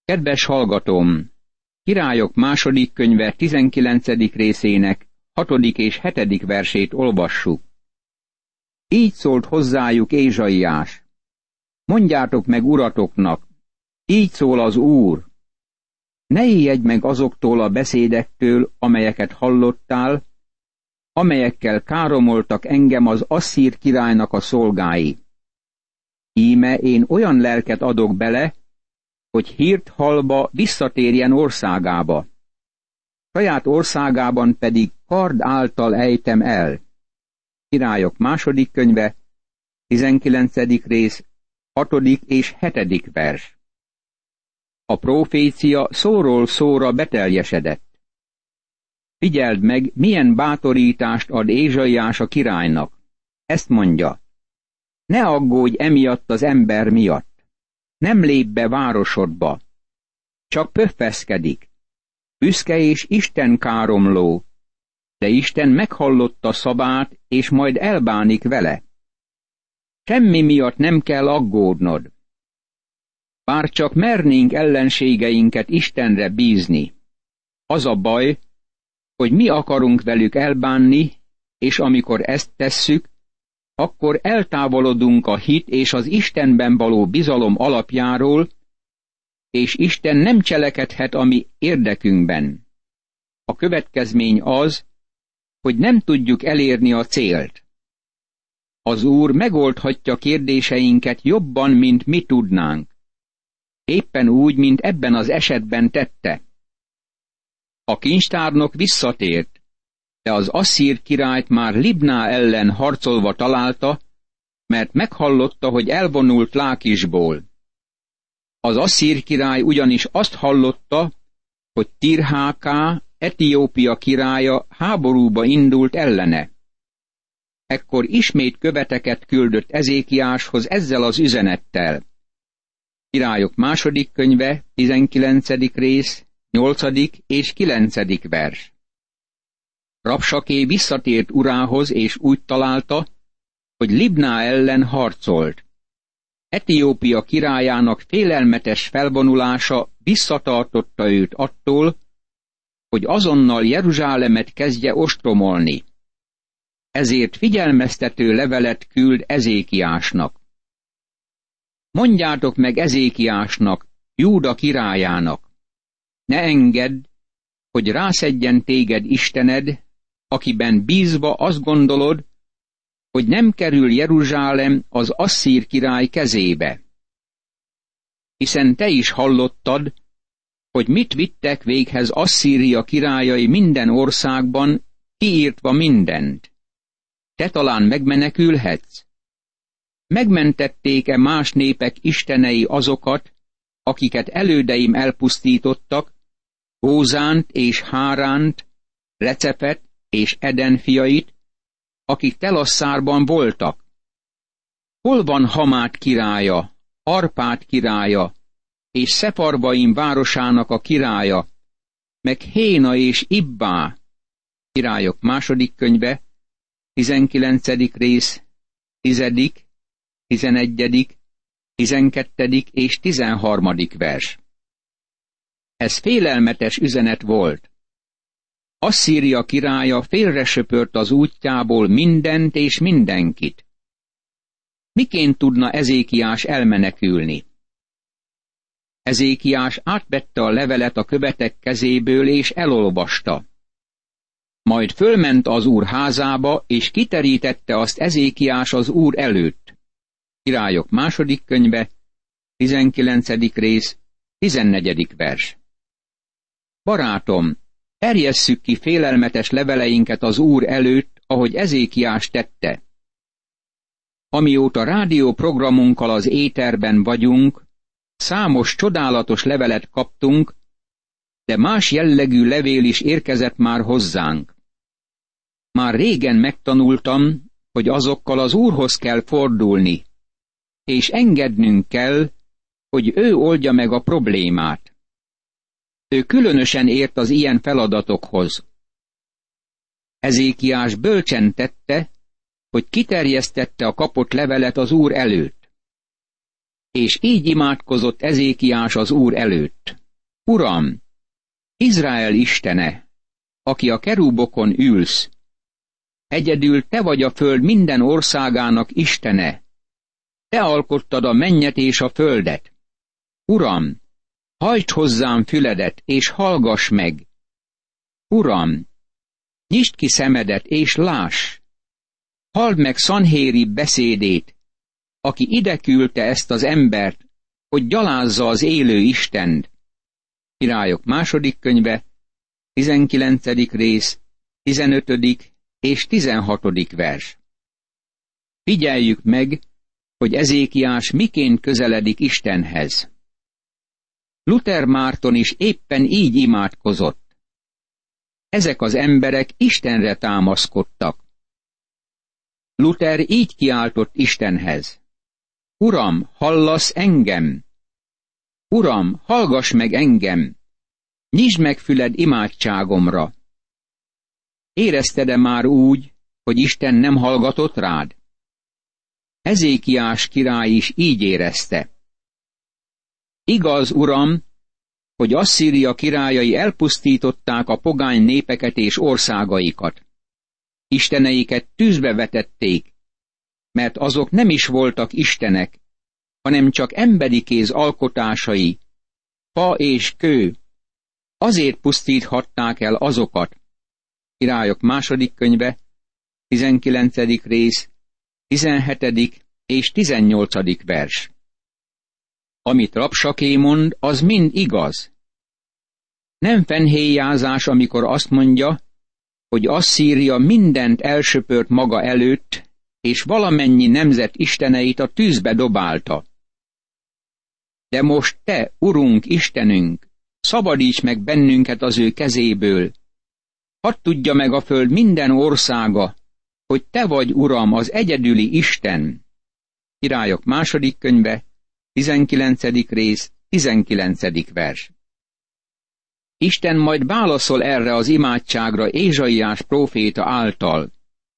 Kedves hallgatóm! Királyok második könyve 19. részének 6. és 7. versét olvassuk. Így szólt hozzájuk Ézsaiás: Mondjátok meg uratoknak, így szól az Úr. Ne ijedj meg azoktól a beszédektől, amelyeket hallottál, amelyekkel káromoltak engem az Asszír királynak a szolgái. Íme én olyan lelket adok bele, hogy hírt hallva visszatérjen országába. Saját országában pedig kard által ejtem el. Királyok második könyve, 19. rész, 6. és 7. vers. A profécia szóról szóra beteljesedett. Figyeld meg, milyen bátorítást ad Ézsaiás a királynak. Ezt mondja: ne aggódj emiatt az ember miatt. Nem lép be városodba, csak pöffeszkedik. Büszke és Isten káromló, de Isten meghallotta szavát, és majd elbánik vele. Semmi miatt nem kell aggódnod. Bár csak mernénk ellenségeinket Istenre bízni. Az a baj, hogy mi akarunk velük elbánni, és amikor ezt tesszük, akkor eltávolodunk a hit és az Istenben való bizalom alapjáról, és Isten nem cselekedhet a mi érdekünkben. A következmény az, hogy nem tudjuk elérni a célt. Az Úr megoldhatja kérdéseinket jobban, mint mi tudnánk. Éppen úgy, mint ebben az esetben tette. A kincstárnok visszatért, de az Asszír királyt már Libná ellen harcolva találta, mert meghallotta, hogy elvonult Lákisból. Az Asszír király ugyanis azt hallotta, hogy Tirháká, Etiópia királya háborúba indult ellene. Ekkor ismét követeket küldött Ezékiáshoz ezzel az üzenettel. Királyok második könyve, 19. rész, 8. és 9. vers. Rabsaké visszatért urához, és úgy találta, hogy Libná ellen harcolt. Etiópia királyának félelmetes felvonulása visszatartotta őt attól, hogy azonnal Jeruzsálemet kezdje ostromolni. Ezért figyelmeztető levelet küld Ezékiásnak. Mondjátok meg Ezékiásnak, Júda királyának: ne engedd, hogy rászedjen téged Istened, akiben bízva azt gondolod, hogy nem kerül Jeruzsálem az Asszír király kezébe. Hiszen te is hallottad, hogy mit vittek véghez Asszíria királyai minden országban, kiírtva mindent. Te talán megmenekülhetsz? Megmentették-e más népek istenei azokat, akiket elődeim elpusztítottak, Gózánt és Háránt, Recepet és Eden fiait, akik Telasszárban voltak? Hol van Hamát királya, Arpád királya, és Szefarvaim városának a királya, meg Héna és Ibbá? Királyok második könyve, 19. rész, 10., 11., 12. és 13. vers. Ez félelmetes üzenet volt. Asszíria királya félresöpört az útjából mindent és mindenkit. Miként tudna Ezékiás elmenekülni? Ezékiás átvette a levelet a követek kezéből és elolvasta. Majd fölment az Úr házába, és kiterítette azt Ezékiás az Úr előtt. Királyok második könyve, 19. rész, 14. vers. Barátom, terjesszük ki félelmetes leveleinket az Úr előtt, ahogy Ezékiás tette. Amióta rádióprogramunkkal az éterben vagyunk, számos csodálatos levelet kaptunk, de más jellegű levél is érkezett már hozzánk. Már régen megtanultam, hogy azokkal az Úrhoz kell fordulni, és engednünk kell, hogy ő oldja meg a problémát. Ő különösen ért az ilyen feladatokhoz. Ezékiás bölcsen tette, hogy kiterjesztette a kapott levelet az Úr előtt. És így imádkozott Ezékiás az Úr előtt. Uram, Izrael istene, aki a kerubokon ülsz, egyedül te vagy a föld minden országának istene, te alkottad a mennyet és a földet. Uram, hajtsd hozzám füledet, és hallgass meg. Uram, nyisd ki szemedet, és láss. Halld meg Szanhérib beszédét, aki ide küldte ezt az embert, hogy gyalázza az élő Istent. Királyok második könyve, 19. rész, 15. és 16. vers. Figyeljük meg, hogy Ezékiás miként közeledik Istenhez. Luther Márton is éppen így imádkozott. Ezek az emberek Istenre támaszkodtak. Luther így kiáltott Istenhez. Uram, hallasz engem? Uram, hallgass meg engem! Nyisd meg füled imádságomra! Érezted-e már úgy, hogy Isten nem hallgatott rád? Ezékiás király is így érezte. Igaz, Uram, hogy Asszíria királyai elpusztították a pogány népeket és országaikat. Isteneiket tűzbe vetették, mert azok nem is voltak istenek, hanem csak emberi kéz alkotásai, fa és kő. Azért pusztíthatták el azokat. Királyok második könyve, 19. rész, 17. és 18. vers. Amit Rabsaké mond, az mind igaz. Nem fenhéjázás, amikor azt mondja, hogy Asszíria mindent elsöpört maga előtt, és valamennyi nemzet isteneit a tűzbe dobálta. De most te, Urunk, Istenünk, szabadíts meg bennünket az ő kezéből. Hadd tudja meg a föld minden országa, hogy te vagy, Uram, az egyedüli Isten. Királyok második könyve, 19. rész, 19. vers. Isten majd válaszol erre az imádságra Ézsaiás próféta által.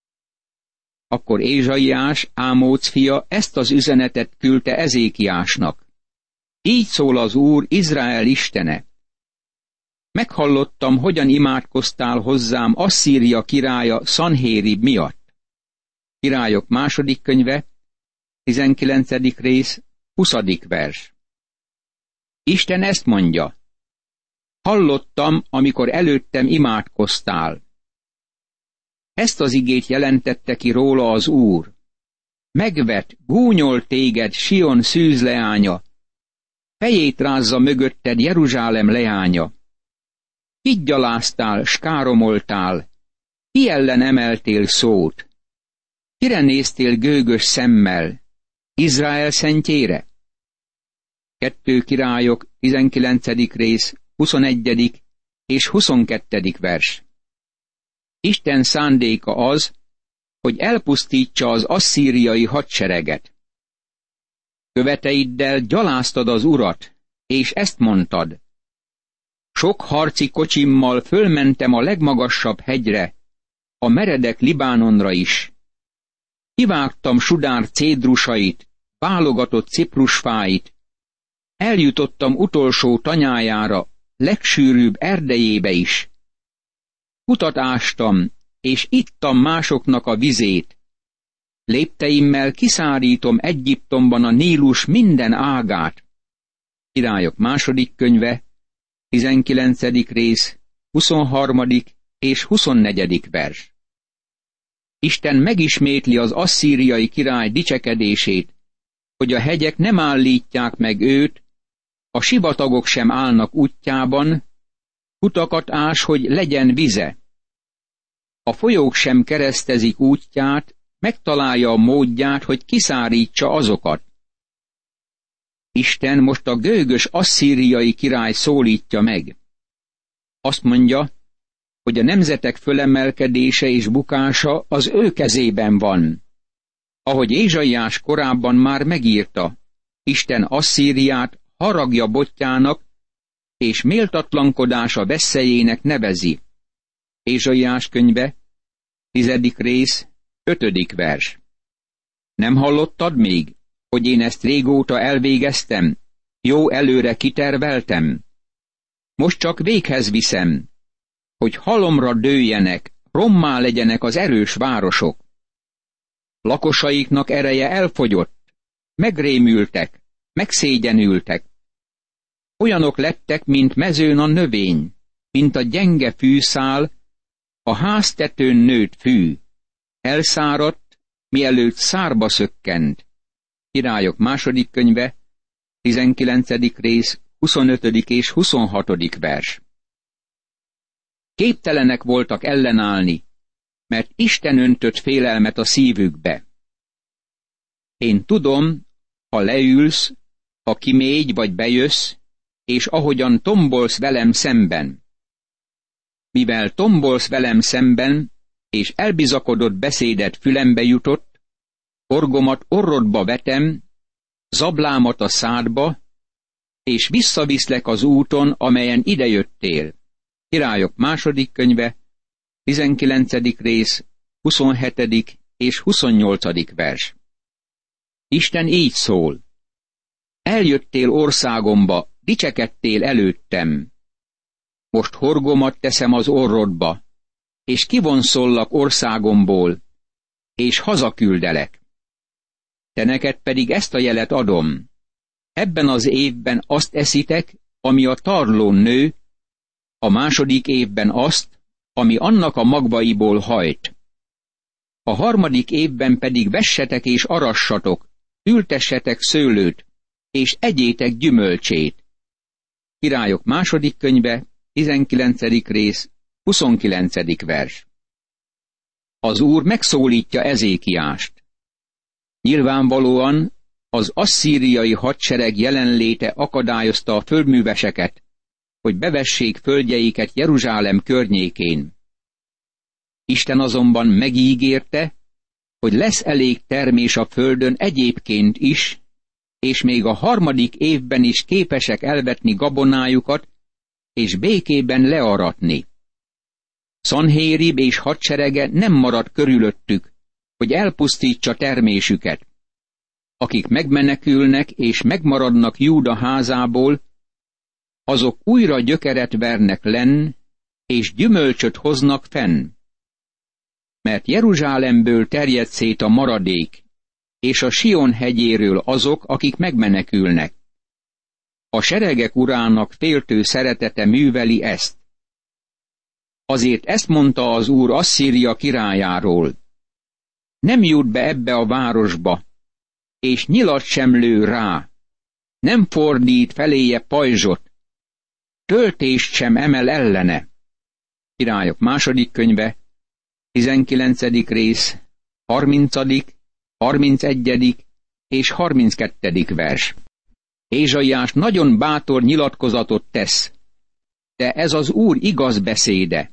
Akkor Ézsaiás, Ámóc fia, ezt az üzenetet küldte Ezékiásnak. Így szól az Úr, Izrael istene. Meghallottam, hogyan imádkoztál hozzám Asszíria királya Szanhérib miatt. Királyok második könyve, 19. rész, 20. vers. Isten ezt mondja. Hallottam, amikor előttem imádkoztál. Ezt az igét jelentette ki róla az Úr. Megvet, gúnyol téged Sion szűz leánya, fejét rázza mögötted Jeruzsálem leánya. Kit gyaláztál, s káromoltál, ki ellen emeltél szót? Kire néztél gőgös szemmel? Izrael szentjére? 2 Királyok, 19. rész, 21. és 22. vers. Isten szándéka az, hogy elpusztítsa az asszíriai hadsereget. Követeiddel gyaláztad az Urat, és ezt mondtad. Sok harci kocsimmal fölmentem a legmagasabb hegyre, a meredek Libánonra is. Kivágtam Sudár cédrusait, válogatott ciprusfáit, eljutottam utolsó tanyájára, legsűrűbb erdejébe is. Kutat ástam, és ittam másoknak a vizét. Lépteimmel kiszárítom Egyiptomban a Nílus minden ágát. Királyok második könyve, 19. rész, 23. és 24. vers. Isten megismétli az asszíriai király dicsekedését, hogy a hegyek nem állítják meg őt, a sivatagok sem állnak útjában, kutakat ás, hogy legyen vize. A folyók sem keresztezik útját, megtalálja a módját, hogy kiszárítsa azokat. Isten most a gőgös asszíriai király szólítja meg. Azt mondja, hogy a nemzetek fölemelkedése és bukása az ő kezében van. Ahogy Ézsaiás korábban már megírta, Isten Asszíriát haragja botjának és méltatlankodása veszélyének nevezi. Ézsaiás könyve, 10. rész, 5. vers. Nem hallottad még, hogy én ezt régóta elvégeztem, jó előre kiterveltem? most csak véghez viszem, hogy halomra dőljenek, rommá legyenek az erős városok. Lakosaiknak ereje elfogyott, megrémültek, megszégyenültek. Olyanok lettek, mint mezőn a növény, mint a gyenge fűszál, a háztetőn nőtt fű. Elszáradt, mielőtt szárba szökkent. Királyok második könyve, 19. rész, 25. és 26. vers. Képtelenek voltak ellenállni, mert Isten öntött félelmet a szívükbe. Én tudom, ha leülsz, ha kimégy vagy bejössz, és ahogyan tombolsz velem szemben. Mivel tombolsz velem szemben, és elbizakodott beszédet fülembe jutott, orgomat orrodba vetem, zablámat a szádba, és visszaviszlek az úton, amelyen idejöttél. Királyok második könyve, 19. rész, 27. és 28. vers. Isten így szól. Eljöttél országomba, dicsekedtél előttem. Most horgomat teszem az orrodba, és kivonszolak országomból, és hazaküldelek. Te neked pedig ezt a jelet adom. Ebben az évben azt eszitek, ami a tarlón nő, a második évben azt, ami annak a magvaiból hajt. A harmadik évben pedig vessetek és arassatok, ültessetek szőlőt, és egyétek gyümölcsét. Királyok második könyve, 19. rész, 29. vers. Az Úr megszólítja Ezékiást. Nyilvánvalóan az asszíriai hadsereg jelenléte akadályozta a földműveseket, hogy bevessék földjeiket Jeruzsálem környékén. Isten azonban megígérte, hogy lesz elég termés a földön egyébként is, és még a harmadik évben is képesek elvetni gabonájukat, és békében learatni. Szanhérib és hadserege nem marad körülöttük, hogy elpusztítsa termésüket. Akik megmenekülnek és megmaradnak Júda házából, azok újra gyökeret vernek lenn, és gyümölcsöt hoznak fenn. Mert Jeruzsálemből terjed szét a maradék, és a Sion hegyéről azok, akik megmenekülnek. A seregek urának féltő szeretete műveli ezt. Azért ezt mondta az Úr Asszíria királyáról. Nem jut be ebbe a városba, és nyilat sem lő rá, nem fordít feléje pajzsot, töltést sem emel ellene. Királyok második könyve, 19. rész, 30., 31. és 32. vers. Ézsaiás nagyon bátor nyilatkozatot tesz, de ez az Úr igaz beszéde.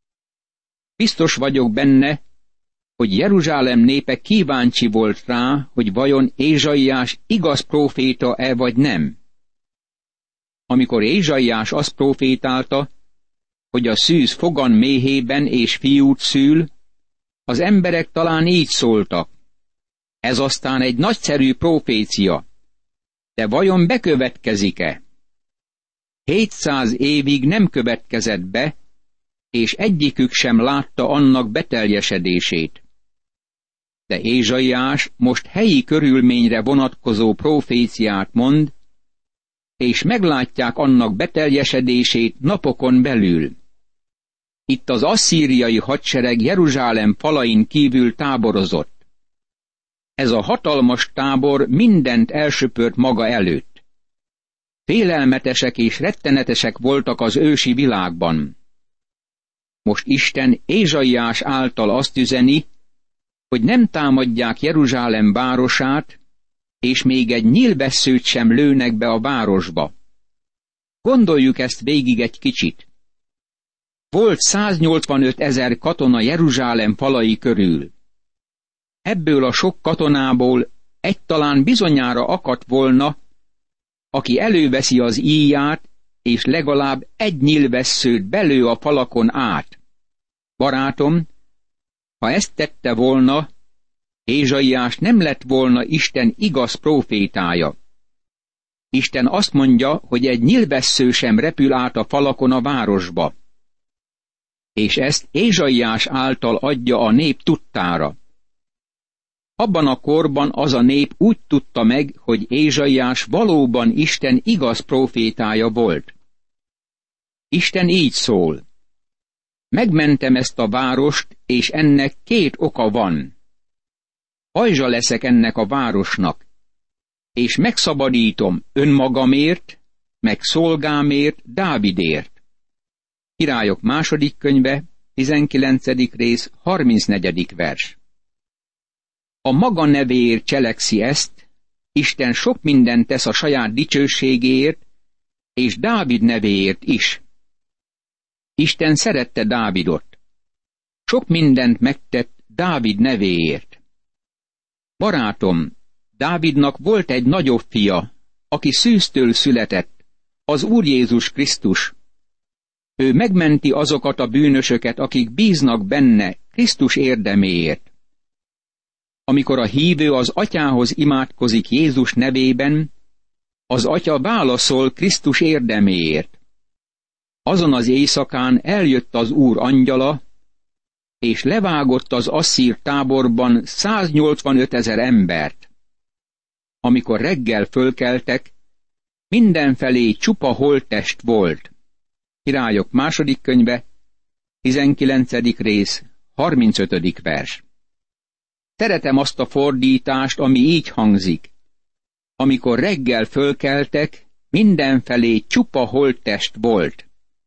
Biztos vagyok benne, hogy Jeruzsálem népe kíváncsi volt rá, hogy vajon Ézsaiás igaz próféta-e vagy nem. Amikor Ézsaiás azt prófétálta, hogy a szűz fogan méhében és fiút szül, az emberek talán így szóltak. Ez aztán egy nagyszerű prófécia, de vajon bekövetkezik-e? 700 évig nem következett be, és egyikük sem látta annak beteljesedését. De Ézsaiás most helyi körülményre vonatkozó próféciát mond, és meglátják annak beteljesedését napokon belül. Itt az asszíriai hadsereg Jeruzsálem falain kívül táborozott. Ez a hatalmas tábor mindent elsöpört maga előtt. Félelmetesek és rettenetesek voltak az ősi világban. Most Isten Ézsaiás által azt üzeni, hogy nem támadják Jeruzsálem városát, és még egy nyílvesszőt sem lőnek be a városba. Gondoljuk ezt végig egy kicsit. Volt 185 000 katona Jeruzsálem falai körül. Ebből a sok katonából egy talán bizonyára akadt volna, aki előveszi az íját, és legalább egy nyílvesszőt belő a falakon át. Barátom, ha ezt tette volna, Ézsaiás nem lett volna Isten igaz prófétája. Isten azt mondja, hogy egy nyilvessző sem repül át a falakon a városba. És ezt Ézsaiás által adja a nép tudtára. Abban a korban az a nép úgy tudta meg, hogy Ézsaiás valóban Isten igaz prófétája volt. Isten így szól: megmentem ezt a várost, és ennek 2 oka van. Pajzsa leszek ennek a városnak, és megszabadítom önmagamért, meg szolgámért, Dávidért. Királyok második könyve, 19. rész, 34. vers. A maga nevéért cselekszi ezt, Isten sok mindent tesz a saját dicsőségéért, és Dávid nevéért is. Isten szerette Dávidot. Sok mindent megtett Dávid nevéért. Barátom, Dávidnak volt egy nagyobb fia, aki szűztől született, az Úr Jézus Krisztus. Ő megmenti azokat a bűnösöket, akik bíznak benne Krisztus érdeméért. Amikor a hívő az atyához imádkozik Jézus nevében, az atya válaszol Krisztus érdeméért. Azon az éjszakán eljött az Úr angyala, és levágott az asszír táborban 185 000 embert. Amikor reggel fölkeltek, mindenfelé csupa holttest volt. Királyok második könyve, 19. rész, 35. vers. Szeretem azt a fordítást, ami így hangzik: amikor reggel fölkeltek, mindenfelé csupa holttest volt.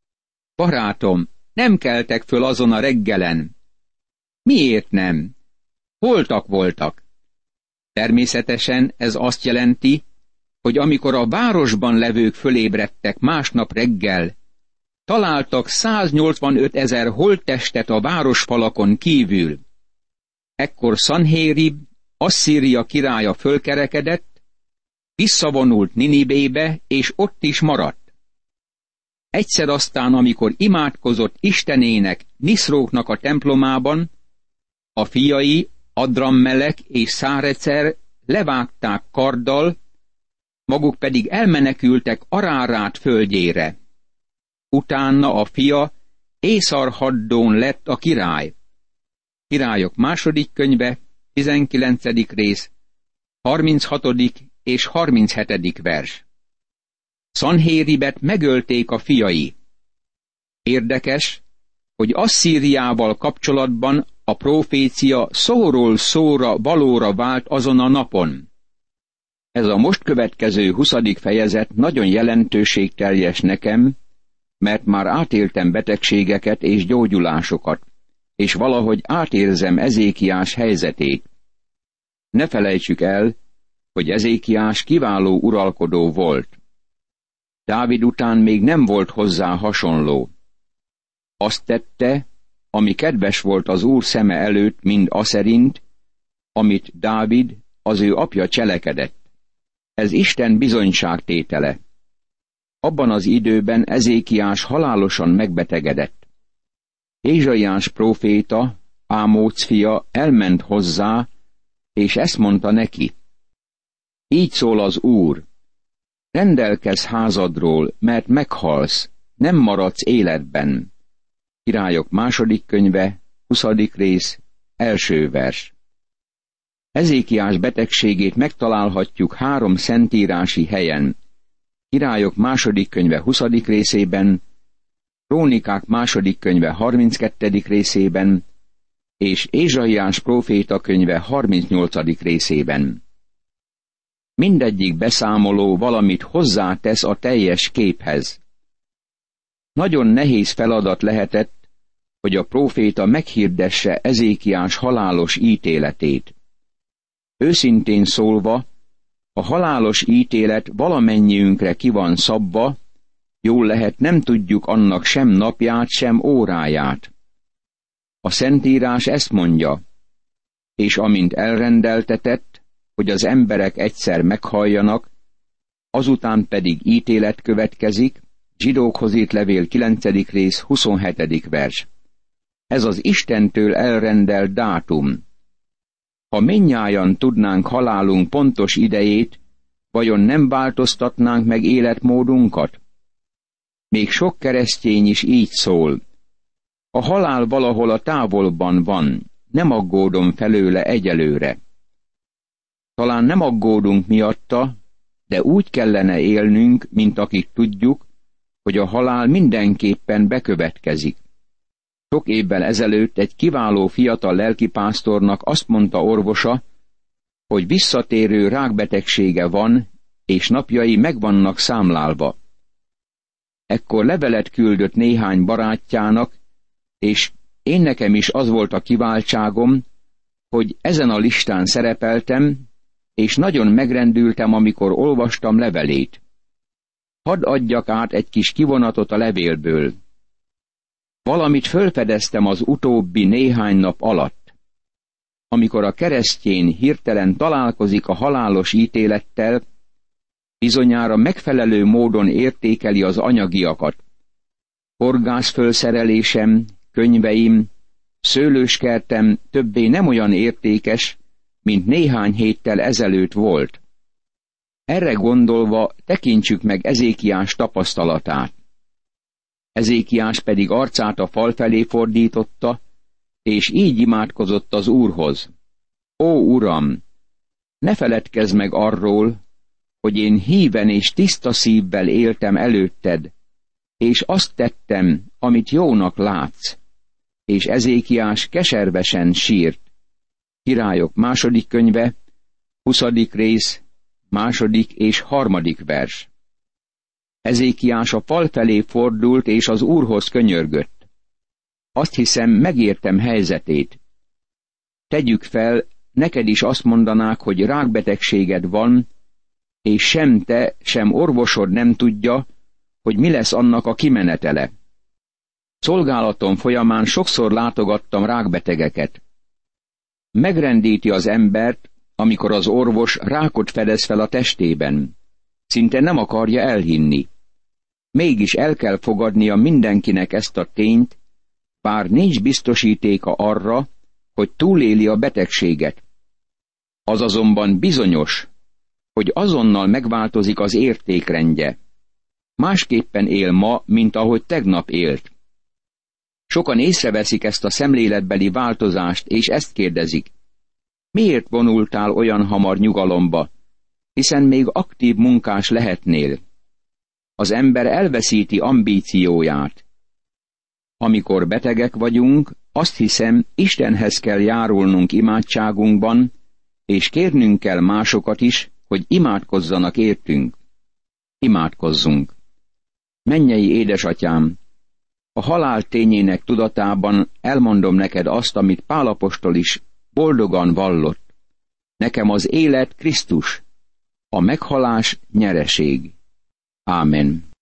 Barátom, nem keltek föl azon a reggelen. Miért nem? Holtak voltak. Természetesen ez azt jelenti, hogy amikor a városban levők fölébredtek másnap reggel, találtak 185 000 holttestet a városfalakon kívül. Ekkor Szanhérib, Asszíria királya fölkerekedett, visszavonult Ninibébe, és ott is maradt. Egyszer aztán, amikor imádkozott Istenének, Niszróknak a templomában, a fiai, Adrammelek és Szárecer levágták karddal, maguk pedig elmenekültek Arárát földjére. Utána a fia Észarhaddón lett a király. Királyok második könyve, 19. rész, 36. és 37. vers. Szanhéribet megölték a fiai. Érdekes, hogy Asszíriával kapcsolatban a profécia szóról szóra valóra vált azon a napon. Ez a most következő 20. fejezet nagyon jelentőségteljes nekem, mert már átéltem betegségeket és gyógyulásokat, és valahogy átérzem Ezékiás helyzetét. Ne felejtsük el, hogy Ezékiás kiváló uralkodó volt. Dávid után még nem volt hozzá hasonló. Azt tette, ami kedves volt az Úr szeme előtt, mind aszerint, amit Dávid, az ő apja cselekedett. Ez Isten bizonyságtétele. Abban az időben Ezékiás halálosan megbetegedett. Ézsaiás próféta, Ámóc fia elment hozzá, és ezt mondta neki: így szól az Úr, rendelkezz házadról, mert meghalsz, nem maradsz életben. Királyok második könyve, 20. rész, 1. vers. Ezékiás betegségét megtalálhatjuk 3 szentírási helyen. Királyok második könyve 20. részében, Krónikák második könyve 32. részében, és Ézsaiás próféta könyve 38. részében. Mindegyik beszámoló valamit hozzátesz a teljes képhez. Nagyon nehéz feladat lehetett, hogy a próféta meghirdesse Ezékiás halálos ítéletét. Őszintén szólva, a halálos ítélet valamennyiünkre ki van szabva, jól lehet nem tudjuk annak sem napját, sem óráját. A Szentírás ezt mondja: és amint elrendeltetett, hogy az emberek egyszer meghalljanak, azután pedig ítélet következik, Zsidókhoz írt levél 9. rész 27. vers. Ez az Istentől elrendelt dátum. Ha mindnyájan tudnánk halálunk pontos idejét, Vajon nem változtatnánk meg életmódunkat? Még sok keresztény is így szól. A halál valahol a távolban van, nem aggódom felőle egyelőre. Talán nem aggódunk miatta, de úgy kellene élnünk, mint akik tudjuk, hogy a halál mindenképpen bekövetkezik. Sok évvel ezelőtt egy kiváló fiatal lelkipásztornak azt mondta orvosa, hogy visszatérő rákbetegsége van, és napjai meg vannak számlálva. Ekkor levelet küldött néhány barátjának, és én nekem is az volt a kiváltságom, hogy ezen a listán szerepeltem, és nagyon megrendültem, amikor olvastam levelét. Hadd adjak át egy kis kivonatot a levélből. Valamit fölfedeztem az utóbbi néhány nap alatt. Amikor a keresztény hirtelen találkozik a halálos ítélettel, bizonyára megfelelő módon értékeli az anyagiakat. Horgászfölszerelésem, könyveim, szőlőskertem többé nem olyan értékes, mint néhány héttel ezelőtt volt. Erre gondolva tekintsük meg Ezékiás tapasztalatát. Ezékiás pedig arcát a fal felé fordította, és így imádkozott az Úrhoz. Ó, Uram, ne feledkezz meg arról, hogy én híven és tiszta szívvel éltem előtted, és azt tettem, amit jónak látsz. És Ezékiás keservesen sírt. Királyok második könyve, 20. rész, 2. és 3. vers. Ezékiás a fal felé fordult, és az Úrhoz könyörgött. Azt hiszem, megértem helyzetét. Tegyük fel, neked is azt mondanák, hogy rákbetegséged van, és sem te, sem orvosod nem tudja, hogy mi lesz annak a kimenetele. Szolgálatom folyamán sokszor látogattam rákbetegeket. Megrendíti az embert, amikor az orvos rákot fedez fel a testében. Szinte nem akarja elhinni. Mégis el kell fogadnia mindenkinek ezt a tényt, bár nincs biztosítéka arra, hogy túléli a betegséget. Az azonban bizonyos, hogy azonnal megváltozik az értékrendje. Másképpen él ma, mint ahogy tegnap élt. Sokan észreveszik ezt a szemléletbeli változást, és ezt kérdezik. Miért vonultál olyan hamar nyugalomba, hiszen még aktív munkás lehetnél? Az ember elveszíti ambícióját. Amikor betegek vagyunk, azt hiszem, Istenhez kell járulnunk imádságunkban, és kérnünk kell másokat is, hogy imádkozzanak értünk. Imádkozzunk. Mennyei édesatyám, a halál tényének tudatában elmondom neked azt, amit Pál apostol is boldogan vallott. Nekem az élet Krisztus, a meghalás nyereség. Ámen.